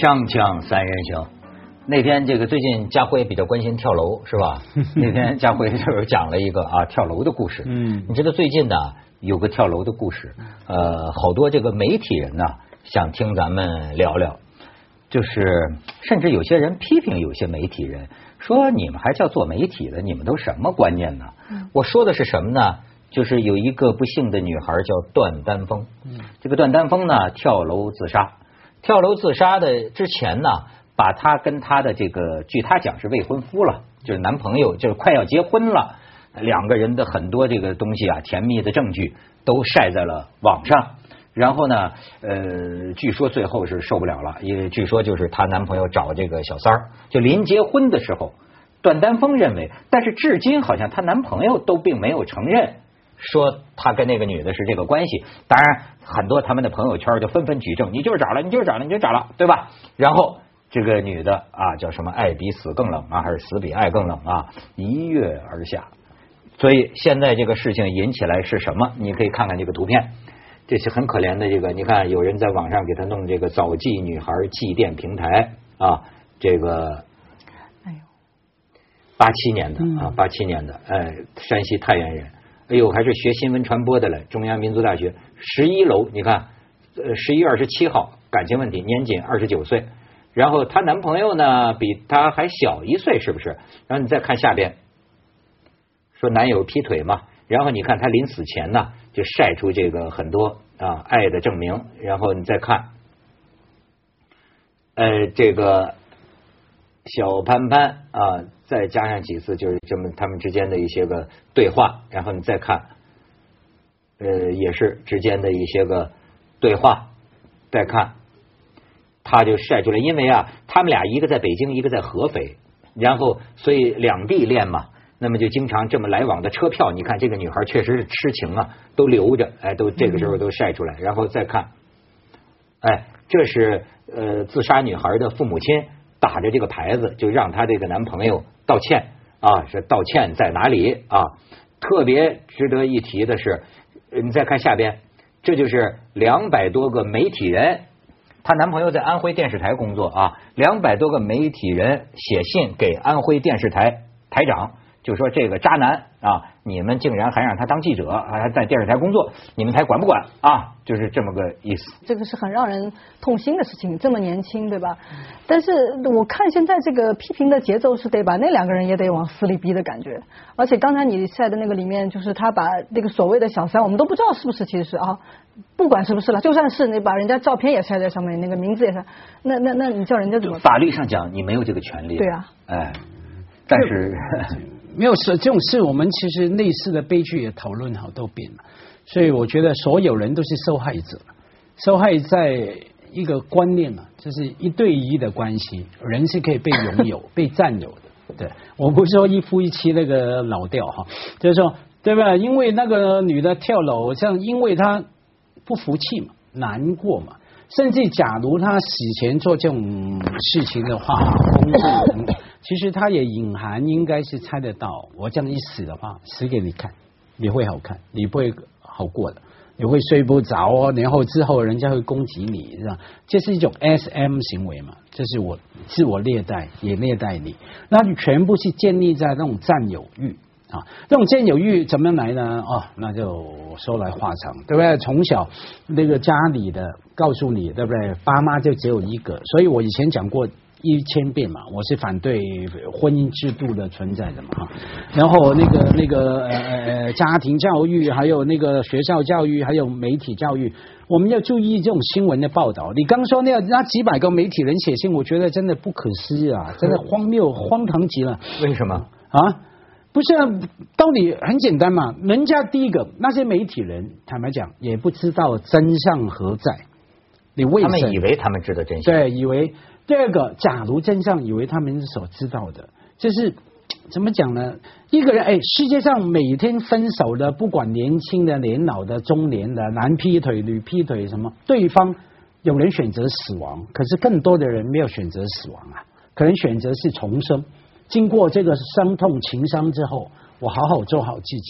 锵锵三人行，那天这个最近家辉比较关心跳楼是吧？那天家辉就是讲了一个跳楼的故事。你知道最近呢有个跳楼的故事，好多这个媒体人呢想听咱们聊聊，就是甚至有些人批评有些媒体人，说你们还叫做媒体的，你们都什么观念呢？我说的是什么呢？就是有一个不幸的女孩叫段丹峰，这个段丹峰呢跳楼自杀。跳楼自杀的之前呢，把她跟她的这个，据她讲是未婚夫了，就是男朋友，就是快要结婚了，两个人的很多这个东西啊，甜蜜的证据都晒在了网上。然后呢，据说最后是受不了了，也据说就是她男朋友找这个小三儿，就临结婚的时候，段丹峰认为，但是至今好像她男朋友都并没有承认。说他跟那个女的是这个关系，当然很多他们的朋友圈就纷纷举证，你就是找了，你就是找了，你就找了，对吧？然后这个女的叫什么爱比死更冷还是死比爱更冷一跃而下。所以现在这个事情引起来是什么？你可以看看这个图片，这是很可怜的这个，你看有人在网上给他弄这个早祭女孩祭奠平台这个87年的87年的山西太原人。哎呦，还是学新闻传播的嘞！中央民族大学11楼，你看，11月27号，感情问题，年仅29岁。然后她男朋友呢，比她还小1岁，是不是？然后你再看下边，说男友劈腿嘛。然后你看她临死前呢，就晒出这个很多爱的证明。然后你再看，这个小潘潘再加上几次就是这么他们之间的一些个对话，然后你再看，也是之间的一些个对话，再看，他就晒出来，因为他们俩一个在北京，一个在合肥，然后所以两地恋嘛，那么就经常这么来往的车票，你看这个女孩确实是痴情都留着，都这个时候都晒出来，然后再看，这是自杀女孩的父母亲。打着这个牌子，就让她这个男朋友道歉是道歉在哪里特别值得一提的是，你再看下边，这就是200多个媒体人，她男朋友在安徽电视台工作200多个媒体人写信给安徽电视台台长，就说这个渣男你们竟然还让他当记者，还在电视台工作，你们台管不管就是这么个意思。 这个是很让人痛心的事情，这么年轻，对吧？但是我看现在这个批评的节奏是得把那2个人也得往死里逼的感觉。而且刚才你晒的那个里面，就是他把那个所谓的小三，我们都不知道是不是，其实是不管是不是了，就算是你把人家照片也晒在上面，那个名字也是，那你叫人家怎么？ 法律上讲，你没有这个权利。 对但是没有事，这种事我们其实类似的悲剧也讨论好多遍了，所以我觉得所有人都是受害者。受害在一个观念就是1对1的关系，人是可以被拥有、被占有的。对，我不是说一夫一妻那个老调就是说，对吧？因为那个女的跳楼，像因为她不服气嘛，难过嘛。甚至假如他死前做这种事情的话，工作等等，其实他也隐含应该是猜得到，我这样一死的话，死给你看，你会好看，你不会好过的，你会睡不着然后之后人家会攻击你，是吧？这是一种 SM 行为嘛，这是我自我虐待，也虐待你，那全部是建立在那种占有欲。这种占有欲怎么来呢？那就说来话长，对不对？从小那个家里的告诉你，对不对？爸妈就只有一个，所以我以前讲过1000遍嘛，我是反对婚姻制度的存在的嘛然后那个家庭教育，还有那个学校教育，还有媒体教育，我们要注意这种新闻的报道。你刚说那几百个媒体人写信，我觉得真的不可思议真的荒谬荒唐极了。 为什么不是道理很简单嘛，人家第一个那些媒体人坦白讲也不知道真相何在，你为什么他们以为他们知道真相？ 对，以为。第二个，假如真相以为他们所知道的，就是怎么讲呢？一个人世界上每天分手的，不管年轻的、年老的、中年的，男劈腿、女劈腿什么，对方有人选择死亡，可是更多的人没有选择死亡可能选择是重生。经过这个伤痛情伤之后，我好好做好自己，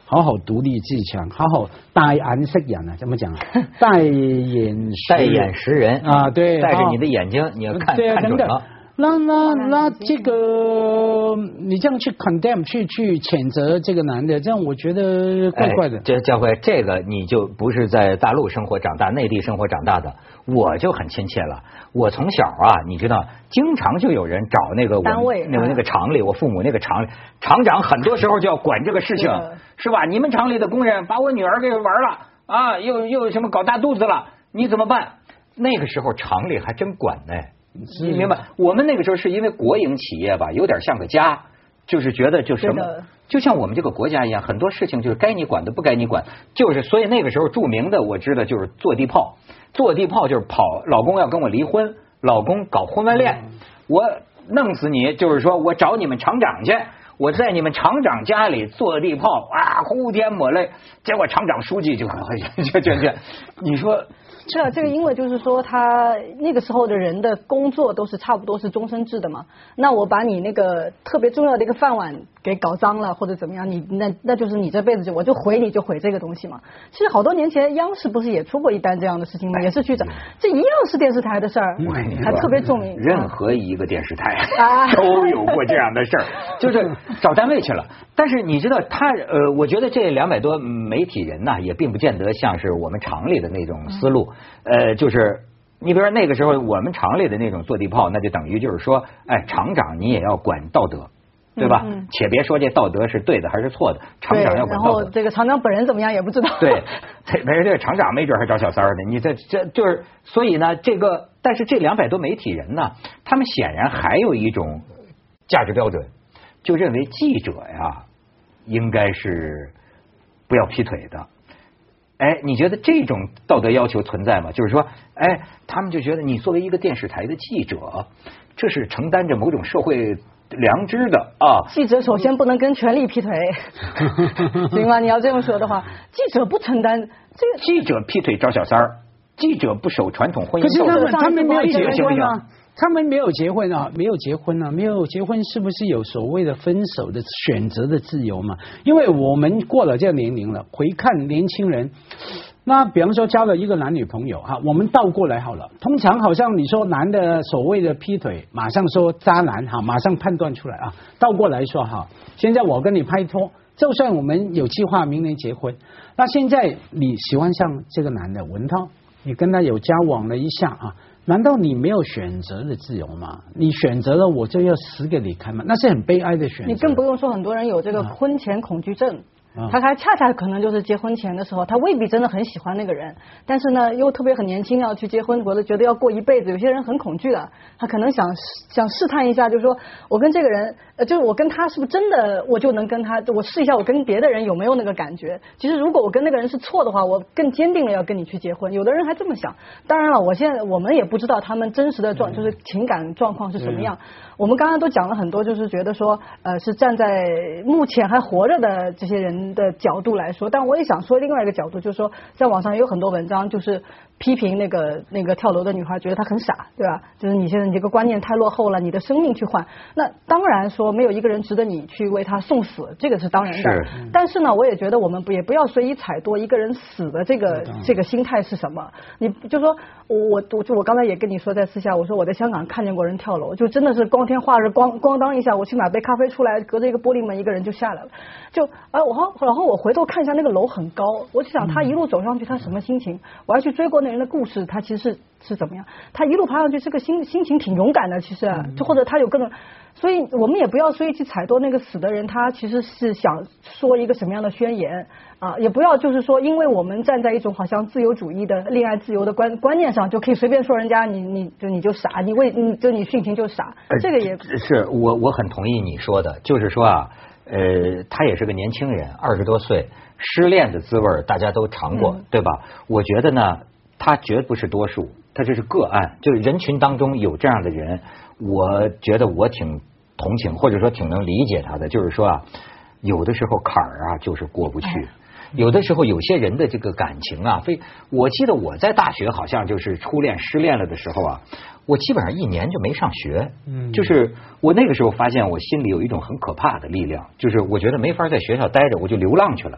好好独立自强，好好带眼识人啊，怎么讲啊？带眼识人啊，对， 带着你的眼睛，你要看准了。 那这个你这样去 condemn 去谴责这个男的，这样我觉得怪怪的。 这教会这个你就不是在大陆生活长大，内地生活长大的，我就很亲切了。我从小啊，你知道，经常就有人找那个单位那个厂里，我父母那个厂里厂长，很多时候就要管这个事情，是吧？你们厂里的工人把我女儿给玩了啊，又什么搞大肚子了，你怎么办？那个时候厂里还真管呢。你明白？我们那个时候是因为国营企业吧，有点像个家，就是觉得就什么，就像我们这个国家一样，很多事情就是该你管的不该你管，就是所以那个时候著名的我知道就是坐地炮，坐地炮就是跑，老公要跟我离婚，老公搞婚外恋，我弄死你，就是说我找你们厂长去。我在你们厂长家里坐地炮啊，呼天抹泪，结果厂长书记就你说。 是啊，这个因为就是说他那个时候的人的工作都是差不多是终身制的嘛，那我把你那个特别重要的一个饭碗给搞脏了或者怎么样，你那就是你这辈子我就毁你就毁这个东西嘛。其实好多年前央视不是也出过一单这样的事情吗？也是去找，这一样是电视台的事儿，还特别著名。 任何一个电视台都有过这样的事儿，就是找单位去了。但是你知道他我觉得这200多媒体人呢，也并不见得像是我们厂里的那种思路。就是你比如说那个时候我们厂里的那种坐地炮，那就等于就是说，哎，厂长你也要管道德，对吧？且别说这道德是对的还是错的，厂长要管道德。 然后这个厂长本人怎么样也不知道。 对，没事，这个厂长没准还找小三儿呢。你这就是，所以呢，这个但是这200多媒体人呢，他们显然还有一种价值标准，就认为记者呀应该是不要劈腿的。哎，你觉得这种道德要求存在吗？就是说，哎，他们就觉得你作为一个电视台的记者，这是承担着某种社会良知的啊。 记者首先不能跟权力劈腿，行吗？你要这么说的话，记者不承担这个。 记者劈腿找小三儿，记者不守传统婚姻。 可是他们没有结婚啊。他们没有结婚啊，没有结婚是不是有所谓的分手的选择的自由嘛？因为我们过了这个年龄了，回看年轻人，那比方说交了一个男女朋友哈，我们倒过来好了，通常好像你说男的所谓的劈腿，马上说渣男哈，马上判断出来啊。倒过来说哈，现在我跟你拍拖，就算我们有计划明年结婚，那现在你喜欢上这个男的文涛，你跟他有交往了一下啊。难道你没有选择的自由吗？你选择了，我就要死给你看吗？那是很悲哀的选择。 你更不用说很多人有这个婚前恐惧症。他还恰恰可能就是结婚前的时候，他未必真的很喜欢那个人，但是呢又特别很年轻要去结婚，或者觉得要过一辈子。有些人很恐惧的，他可能想试探一下，就是说我跟这个人，就是我跟他是不是真的我就能跟他，我试一下我跟别的人有没有那个感觉。其实如果我跟那个人是错的话，我更坚定了要跟你去结婚。有的人还这么想。当然了，我们也不知道他们真实的就是情感状况是什么样。我们刚刚都讲了很多，就是觉得说是站在目前还活着的这些人的角度来说，但我也想说另外一个角度，就是说在网上也有很多文章，就是批评那个跳楼的女孩，觉得她很傻，对吧？就是你现在你这个观念太落后了，你的生命去换。那当然说没有一个人值得你去为他送死，这个是当然的。但是呢，我也觉得我们也不要随意踩多一个人死的这个心态是什么。你就说我刚才也跟你说，在私下我说我在香港看见过人跳楼，就真的是光天化日咣当一下，我去买杯咖啡出来，隔着一个玻璃门一个人就下来了。就然后我回头看一下那个楼很高，我就想他一路走上去他什么心情？我要去追过那人的故事，他其实是怎么样？他一路爬上去，这个心情挺勇敢的，其实就或者他有各种，所以我们也不要随意去踩多那个死的人，他其实是想说一个什么样的宣言啊？也不要就是说，因为我们站在一种好像自由主义的恋爱自由的观念上，就可以随便说人家你就傻，你殉情就傻，这个也是我很同意你说的，就是说啊。他也是个年轻人，20多岁，失恋的滋味大家都尝过，对吧？我觉得呢，他绝不是多数，他这是个案，就是人群当中有这样的人，我觉得我挺同情，或者说挺能理解他的。就是说啊，有的时候坎儿啊就是过不去。有的时候有些人的这个感情啊，我记得我在大学好像就是初恋失恋了的时候啊，我基本上1年就没上学。就是我那个时候发现我心里有一种很可怕的力量，就是我觉得没法在学校待着，我就流浪去了。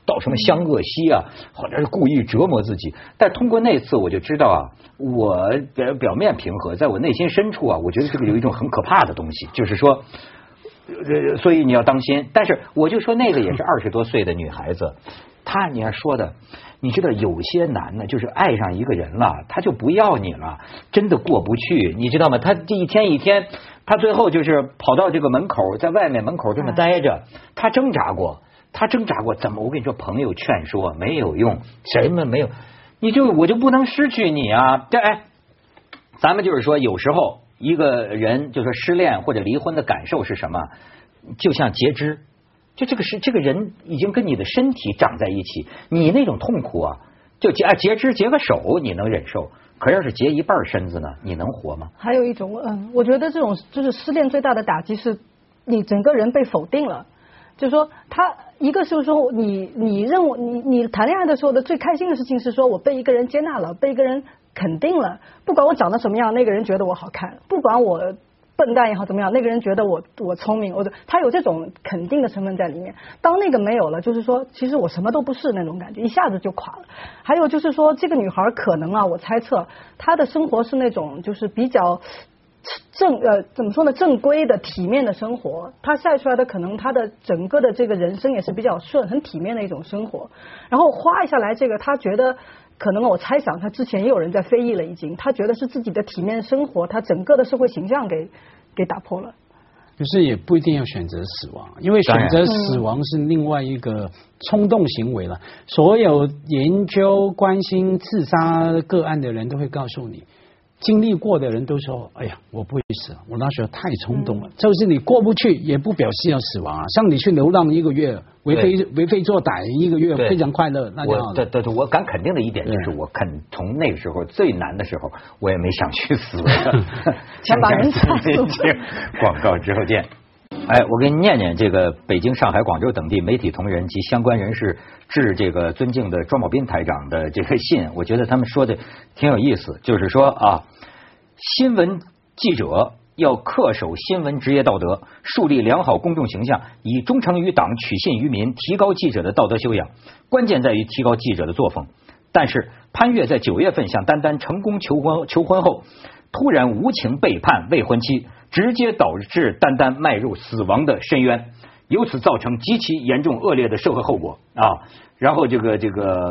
到什么湘鄂西啊，好像是故意折磨自己。但通过那次我就知道啊，我表面平和，在我内心深处啊，我觉得这个有一种很可怕的东西，就是说，所以你要当心。但是我就说那个也是20多岁的女孩子，她你还说的。你知道有些男的，就是爱上一个人了，他就不要你了，真的过不去，你知道吗？他这一天一天，他最后就是跑到这个门口，在外面门口这么待着，他挣扎过，怎么？我跟你说，朋友劝说没有用，什么没有？我就不能失去你啊！咱们就是说，有时候一个人就是失恋或者离婚的感受是什么？就像截肢。就这个人已经跟你的身体长在一起，你那种痛苦啊，就截肢截个手你能忍受，可要是截一半身子呢，你能活吗？ 还有一种，我觉得这种就是失恋最大的打击是，你整个人被否定了。就是说，他一个是说你认为你谈恋爱的时候的最开心的事情是说我被一个人接纳了，被一个人肯定了，不管我长得什么样，那个人觉得我好看，不管我笨蛋也好怎么样，那个人觉得我聪明，他有这种肯定的成分在里面。当那个没有了，就是说其实我什么都不是那种感觉，一下子就垮了。还有就是说，这个女孩可能啊，我猜测她的生活是那种就是比较怎么说呢，正规的体面的生活，她晒出来的可能她的整个的这个人生也是比较顺很体面的一种生活。然后花一下来这个，她觉得可能我猜想他之前也有人在非议了，已经他觉得是自己的体面生活，他整个的社会形象给打破了。 可是也不一定要选择死亡，因为选择死亡是另外一个冲动行为了。所有研究关心自杀个案的人都会告诉你，经历过的人都说，哎呀，我不会死，我那时候太冲动了。就是你过不去，也不表示要死亡啊。像你去流浪1个月，为非作歹1个月，非常快乐，那就好了。 我敢肯定的一点就是，我肯从那个时候最难的时候，我也没想去死。 想把人杀死。 广告之后见。我给你念念这个北京、上海、广州等地媒体同仁及相关人士致这个尊敬的庄宝斌台长的这个信，我觉得他们说的挺有意思，就是说啊，新闻记者要恪守新闻职业道德，树立良好公众形象，以忠诚于党、取信于民，提高记者的道德修养。关键在于提高记者的作风。但是潘越在9月份向丹丹成功求婚后，突然无情背叛未婚妻，直接导致丹丹迈入死亡的深渊，由此造成极其严重恶劣的社会后果啊。然后这个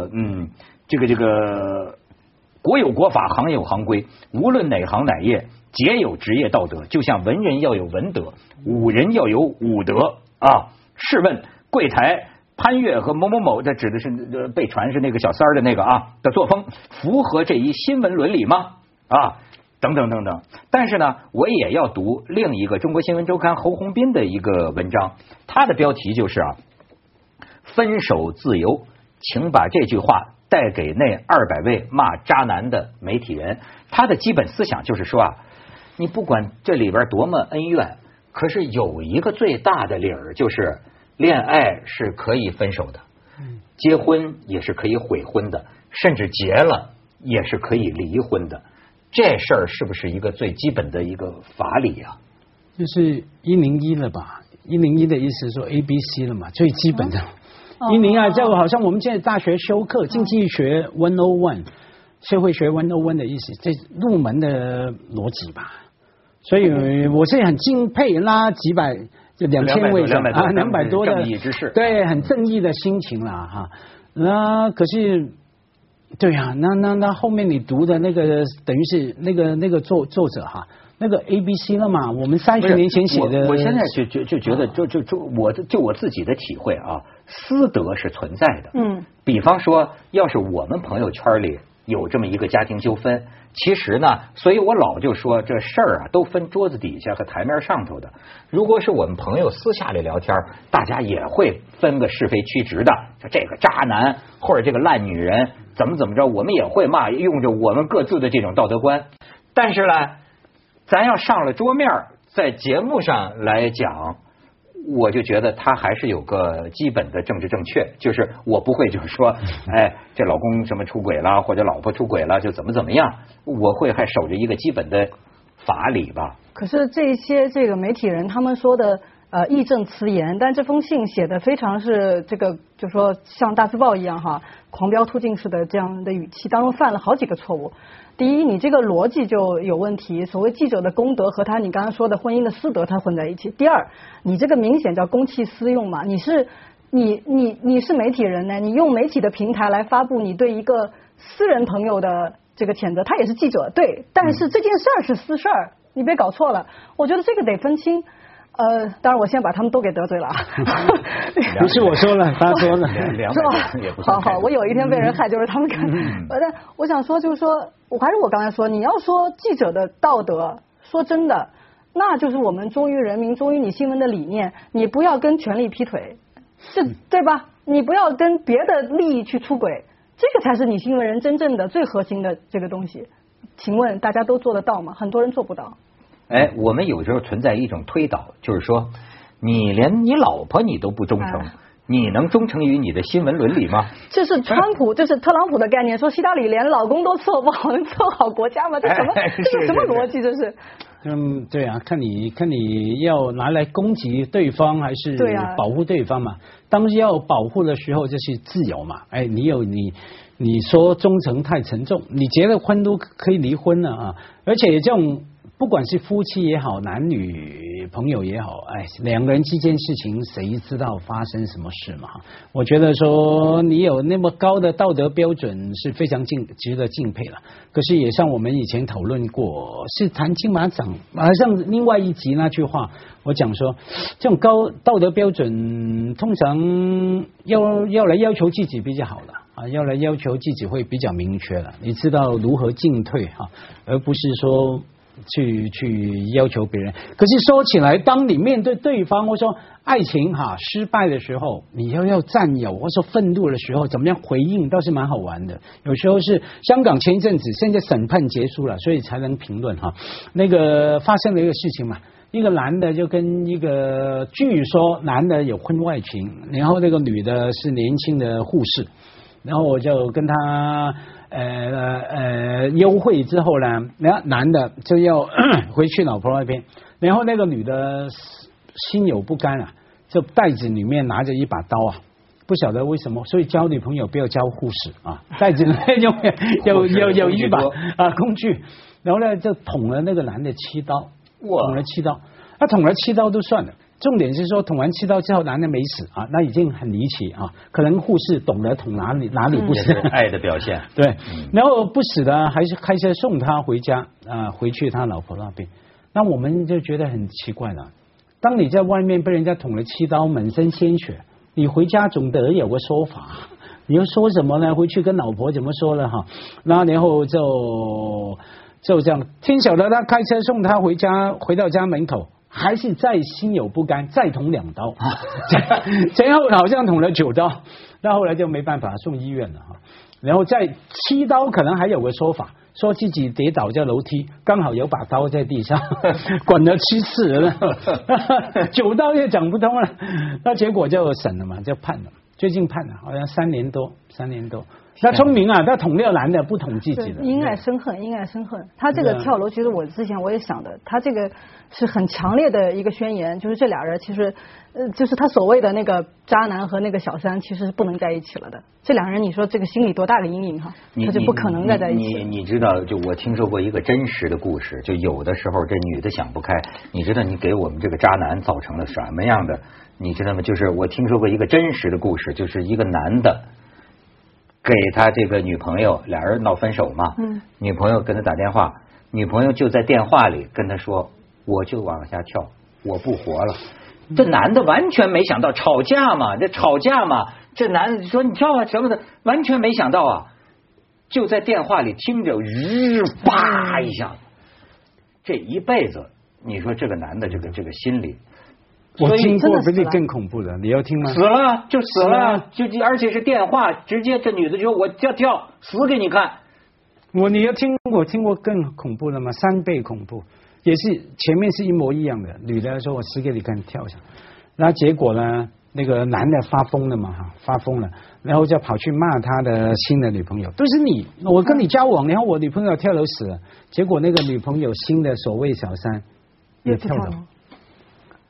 国有国法，行有行规，无论哪行哪业，皆有职业道德。就像文人要有文德，武人要有武德啊。试问柜台潘越和某某某，这指的是被传是那个小三儿的那个啊的作风，符合这一新闻伦理吗？啊，等等等等。但是呢，我也要读另一个中国新闻周刊侯鸿斌的一个文章，他的标题就是啊，分手自由，请把这句话带给那200位骂渣男的媒体人。他的基本思想就是说啊，你不管这里边多么恩怨，可是有一个最大的理儿，就是恋爱是可以分手的，结婚也是可以悔婚的，甚至结了也是可以离婚的。这事儿是不是一个最基本的一个法理啊？ 就是101了吧？101的意思说 ABC 了嘛，最基本的。101就好像我们现在大学修课，经济学101，社会学101的意思，这入门的逻辑吧。所以我是很敬佩拉几百就2000位200多的正义之士， 对，很正义的心情啦哈。那可是。对啊，那后面你读的那个等于是那个作者哈，那个 ABC 了嘛？我们30年前写的， 我现在就觉得我自己的体会啊，私德是存在的。比方说，要是我们朋友圈里有这么一个家庭纠纷，其实呢，所以我老就说这事儿啊，都分桌子底下和台面上头的。如果是我们朋友私下里聊天，大家也会分个是非曲直的，就这个渣男或者这个烂女人怎么着，我们也会骂，用着我们各自的这种道德观。但是呢，咱要上了桌面，在节目上来讲，我就觉得他还是有个基本的政治正确，就是我不会就是说，这老公什么出轨了，或者老婆出轨了就怎么样，我会还守着一个基本的法理吧。 可是这些媒体人他们说的义正辞严，但这封信写的非常是这个就说像大字报一样哈，狂飙突进式的这样的语气当中犯了好几个错误。第一，你这个逻辑就有问题，所谓记者的公德和你刚刚说的婚姻的私德它混在一起。第二，你这个明显叫公器私用嘛，你是媒体人呢，你用媒体的平台来发布你对一个私人朋友的这个谴责，他也是记者对，但是这件事儿是私事儿，你别搞错了，我觉得这个得分清。当然我现在把他们都给得罪了。 不是我说了，他说了， 是吧？好，我有一天被人害就是他们干。但我想说就是说，还是我刚才说，你要说记者的道德，说真的，那就是我们忠于人民、忠于你新闻的理念，你不要跟权力劈腿，对吧？你不要跟别的利益去出轨，这个才是你新闻人真正的最核心的这个东西。请问大家都做得到吗？很多人做不到。 哎，我们有时候存在一种推导，就是说，你连你老婆你都不忠诚，你能忠诚于你的新闻伦理吗？ 这是特朗普的概念，说希拉里连老公都伺候不好，能伺候好国家吗？这什么？这是什么逻辑？这是？ 对啊，看你要拿来攻击对方还是保护对方嘛？当要保护的时候，就是自由嘛。哎，你说忠诚太沉重，你结了婚都可以离婚了啊！而且这种不管是夫妻也好，男女朋友也好，哎，两个人之间事情谁知道发生什么事嘛？我觉得说你有那么高的道德标准是非常值得敬佩了。可是也像我们以前讨论过，是谈金马奖，像另外一集那句话，我讲说这种高道德标准通常要来要求自己比较好了。要来要求自己会比较明确了，你知道如何进退而不是说去要求别人。可是说起来，当你面对对方或说爱情失败的时候，你要占有或说愤怒的时候，怎么样回应倒是蛮好玩的。有时候是香港前一阵子，现在审判结束了，所以才能评论那个发生了一个事情嘛。一个男的就跟一个据说男的有婚外情，然后那个女的是年轻的护士。然后我就跟他幽会之后呢，然后男的就要回去老婆那边，然后那个女的心有不甘就袋子里面拿着一把刀不晓得为什么，所以交女朋友不要交护士袋子里面有一把工具，然后呢就捅了那个男的7刀，捅了7刀，捅了7刀都算了。重点是说捅完7刀之后男的没死那已经很离奇可能护士懂得捅哪里不死， 爱的表现。 对，然后不死的还是开车送他回家回去他老婆那边。那我们就觉得很奇怪了，当你在外面被人家捅了7刀，满身鲜血，你回家总得有个说法，你要说什么呢？回去跟老婆怎么说了然后就这样，听晓得他开车送他回家，回到家门口。还是再心有不甘，再捅2刀，前后好像捅了9刀，那后来就没办法送医院了然后再7刀，可能还有个说法，说自己跌倒在楼梯，刚好有把刀在地上，滚了7次了，9刀也讲不通了，那结果就审了嘛，就判了，最近判了，好像3年多。他聪明他捅掉男的，不捅自己的。 因爱生恨，因爱生恨。他这个跳楼，其实我之前我也想的，他这个是很强烈的一个宣言，就是这俩人其实就是他所谓的那个渣男和那个小三，其实是不能在一起了的。这两人，你说这个心里多大的阴影他就不可能再在一起。 你知道，就我听说过一个真实的故事，就有的时候这女的想不开，你知道你给我们这个渣男造成了什么样的？你知道吗？就是我听说过一个真实的故事，就是一个男的。给他这个女朋友，俩人闹分手嘛，女朋友跟他打电话，女朋友就在电话里跟他说，我就往下跳，我不活了。这男的完全没想到，吵架嘛，这男的说你跳什么的，完全没想到就在电话里听着啪一下，这一辈子，你说这个男的这个心理。 我听过比你更恐怖的，你要听吗？ 死了就死了，而且是电话直接，这女的就说我要跳，死给你看。 你要听我听过更恐怖的吗？3倍恐怖，也是前面是一模一样的，女的说我死给你看，跳下，然后结果呢，那个男的发疯了嘛发疯了，然后就跑去骂他的新的女朋友，都是你，我跟你交往，然后我女朋友跳楼死了，结果那个女朋友新的所谓小三也跳楼。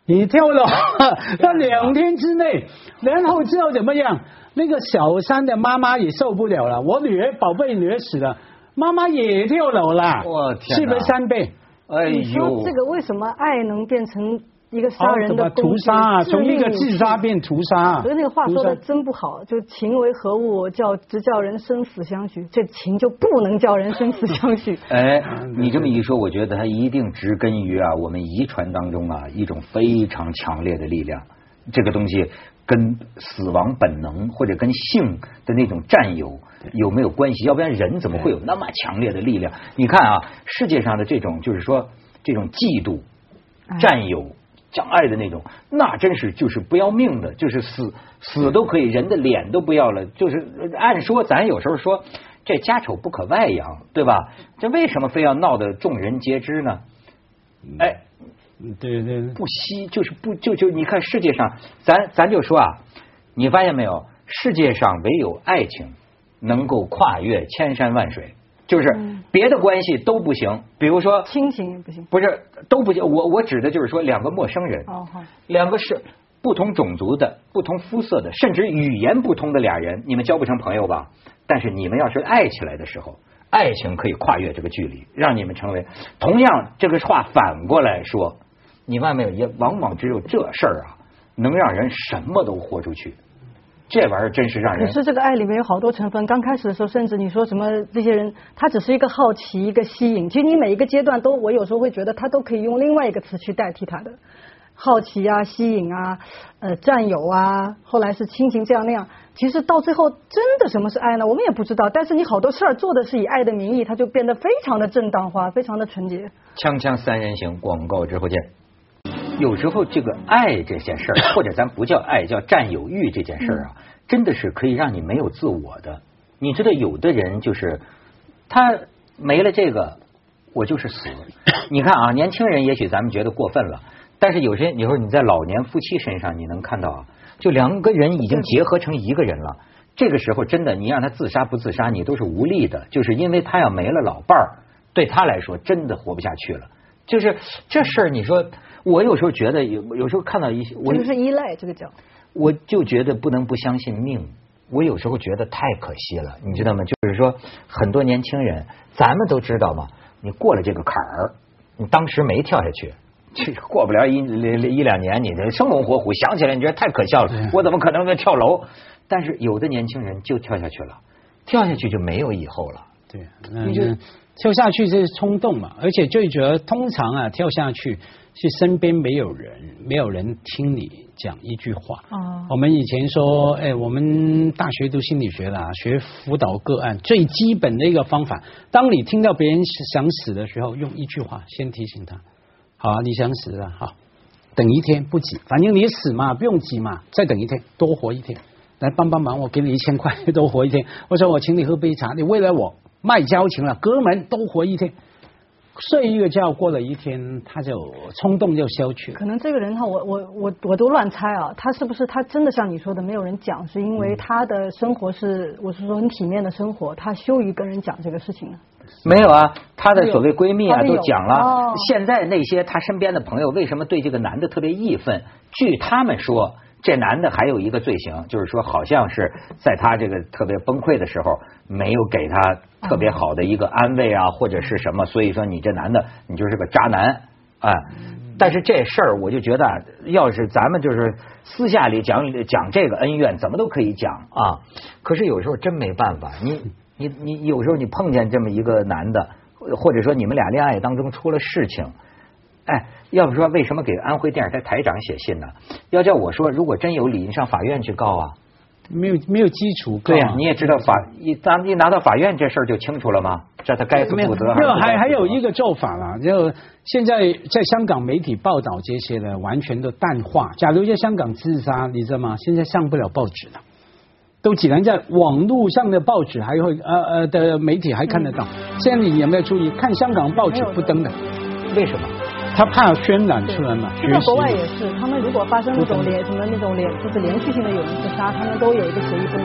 你跳楼，那2天之内，然后之后怎么样？那个小三的妈妈也受不了了，我女儿宝贝女儿死了，妈妈也跳楼了， 我天， 是不是3倍？ 哎呦， 你说这个为什么爱能变成一个杀人的屠杀啊，从一个自杀变屠杀。 所以那个话说的真不好，就情为何物，只叫人生死相许，这情就不能叫人生死相许。 哎，你这么一说，我觉得它一定植根于我们遗传当中一种非常强烈的力量，这个东西跟死亡本能或者跟性的那种占有有没有关系？要不然人怎么会有那么强烈的力量？你看世界上的这种就是说这种嫉妒、占有、障碍的那种，那真是就是不要命的，就是死都可以，人的脸都不要了。就是按说咱有时候说这家丑不可外扬，对吧？这为什么非要闹得众人皆知呢？哎。 对， 不惜就是就你看世界上，咱就说你发现没有？世界上唯有爱情能够跨越千山万水，就是别的关系都不行。比如说亲情也不行， 不是都不行。我指的就是说2个陌生人，2个是不同种族的、不同肤色的，甚至语言不通的俩人，你们交不成朋友吧？但是你们要是爱起来的时候，爱情可以跨越这个距离，让你们成为同样。这个话反过来说。你发现没有？也往往只有这事儿能让人什么都豁出去。这玩意儿真是让人。 可是这个爱里面有好多成分。刚开始的时候，甚至你说什么这些人，他只是一个好奇，一个吸引。其实你每一个阶段我有时候会觉得，他都可以用另外一个词去代替他的好奇吸引占有后来是亲情这样那样。其实到最后，真的什么是爱呢？我们也不知道。但是你好多事儿做的是以爱的名义，它就变得非常的正当化，非常的纯洁。 锵锵三人行，广告之后见。有时候这个爱这件事儿，或者咱不叫爱，叫占有欲这件事儿真的是可以让你没有自我的。你知道有的人就是他没了这个，我就是死。你看年轻人也许咱们觉得过分了，但是有时候你在老年夫妻身上你能看到就2个人已经结合成一个人了。这个时候真的你让他自杀不自杀，你都是无力的，就是因为他要没了老伴儿，对他来说真的活不下去了。就是这事儿，你说我有时候觉得有时候看到一些， 这就是依赖，这个叫， 我就觉得不能不相信命。我有时候觉得太可惜了，你知道吗？就是说很多年轻人，咱们都知道嘛，你过了这个坎儿，你当时没跳下去，这过不了一2年，你的生龙活虎，想起来你觉得太可笑了，我怎么可能跳楼？但是有的年轻人就跳下去了，跳下去就没有以后了。 对，你就跳下去这是冲动嘛，而且最主要通常跳下去是身边没有人听你讲一句话。我们以前说，我们大学读心理学的学辅导个案，最基本的一个方法，当你听到别人想死的时候，用一句话先提醒他，好你想死了，好，等1天不急，反正你死嘛，不用急嘛，再等1天，多活1天，来帮忙，我给你1000块，多活1天，或者我请你喝杯茶，你为了我卖交情了，哥们都活1天，睡一个觉，过了1天，他就冲动就消去了。 可能这个人我都乱猜他是不是他真的像你说的没有人讲，是因为他的生活我是说很体面的生活，他羞于跟人讲这个事情呢？ 没有他的所谓闺蜜都讲了。现在那些他身边的朋友为什么对这个男的特别义愤？据他们说，这男的还有一个罪行，就是说好像是在他这个特别崩溃的时候，没有给他特别好的一个安慰或者是什么，所以说你这男的你就是个渣男但是这事儿我就觉得，要是咱们就是私下里讲这个恩怨，怎么都可以讲可是有时候真没办法，你有时候你碰见这么一个男的，或者说你们俩恋爱当中出了事情。要不说为什么给安徽电视台台长写信呢？要叫我说，如果真有理，你上法院去告没有基础告。 对你也知道咱们一拿到法院这事儿就清楚了吗？这他该负责。 还有一个做法啦，就现在在香港媒体报道这些的完全都淡化。假如在香港自杀，你知道吗？现在上不了报纸了，都只能在网络上的报纸还会的媒体还看得到。现在你有没有注意看香港报纸不登的？ 为什么？ 他怕渲染出来嘛。 在国外也是，他们如果发生那种就是连续性的有人自杀，他们都有一个协议不能登的。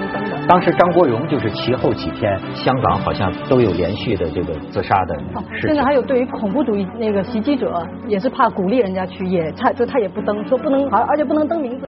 当时张国荣就是其后几天，香港好像都有连续的这个自杀的事情。 现在还有对于恐怖主义那个袭击者，也是怕鼓励人家去，他也不登，说不能，而且不能登名字。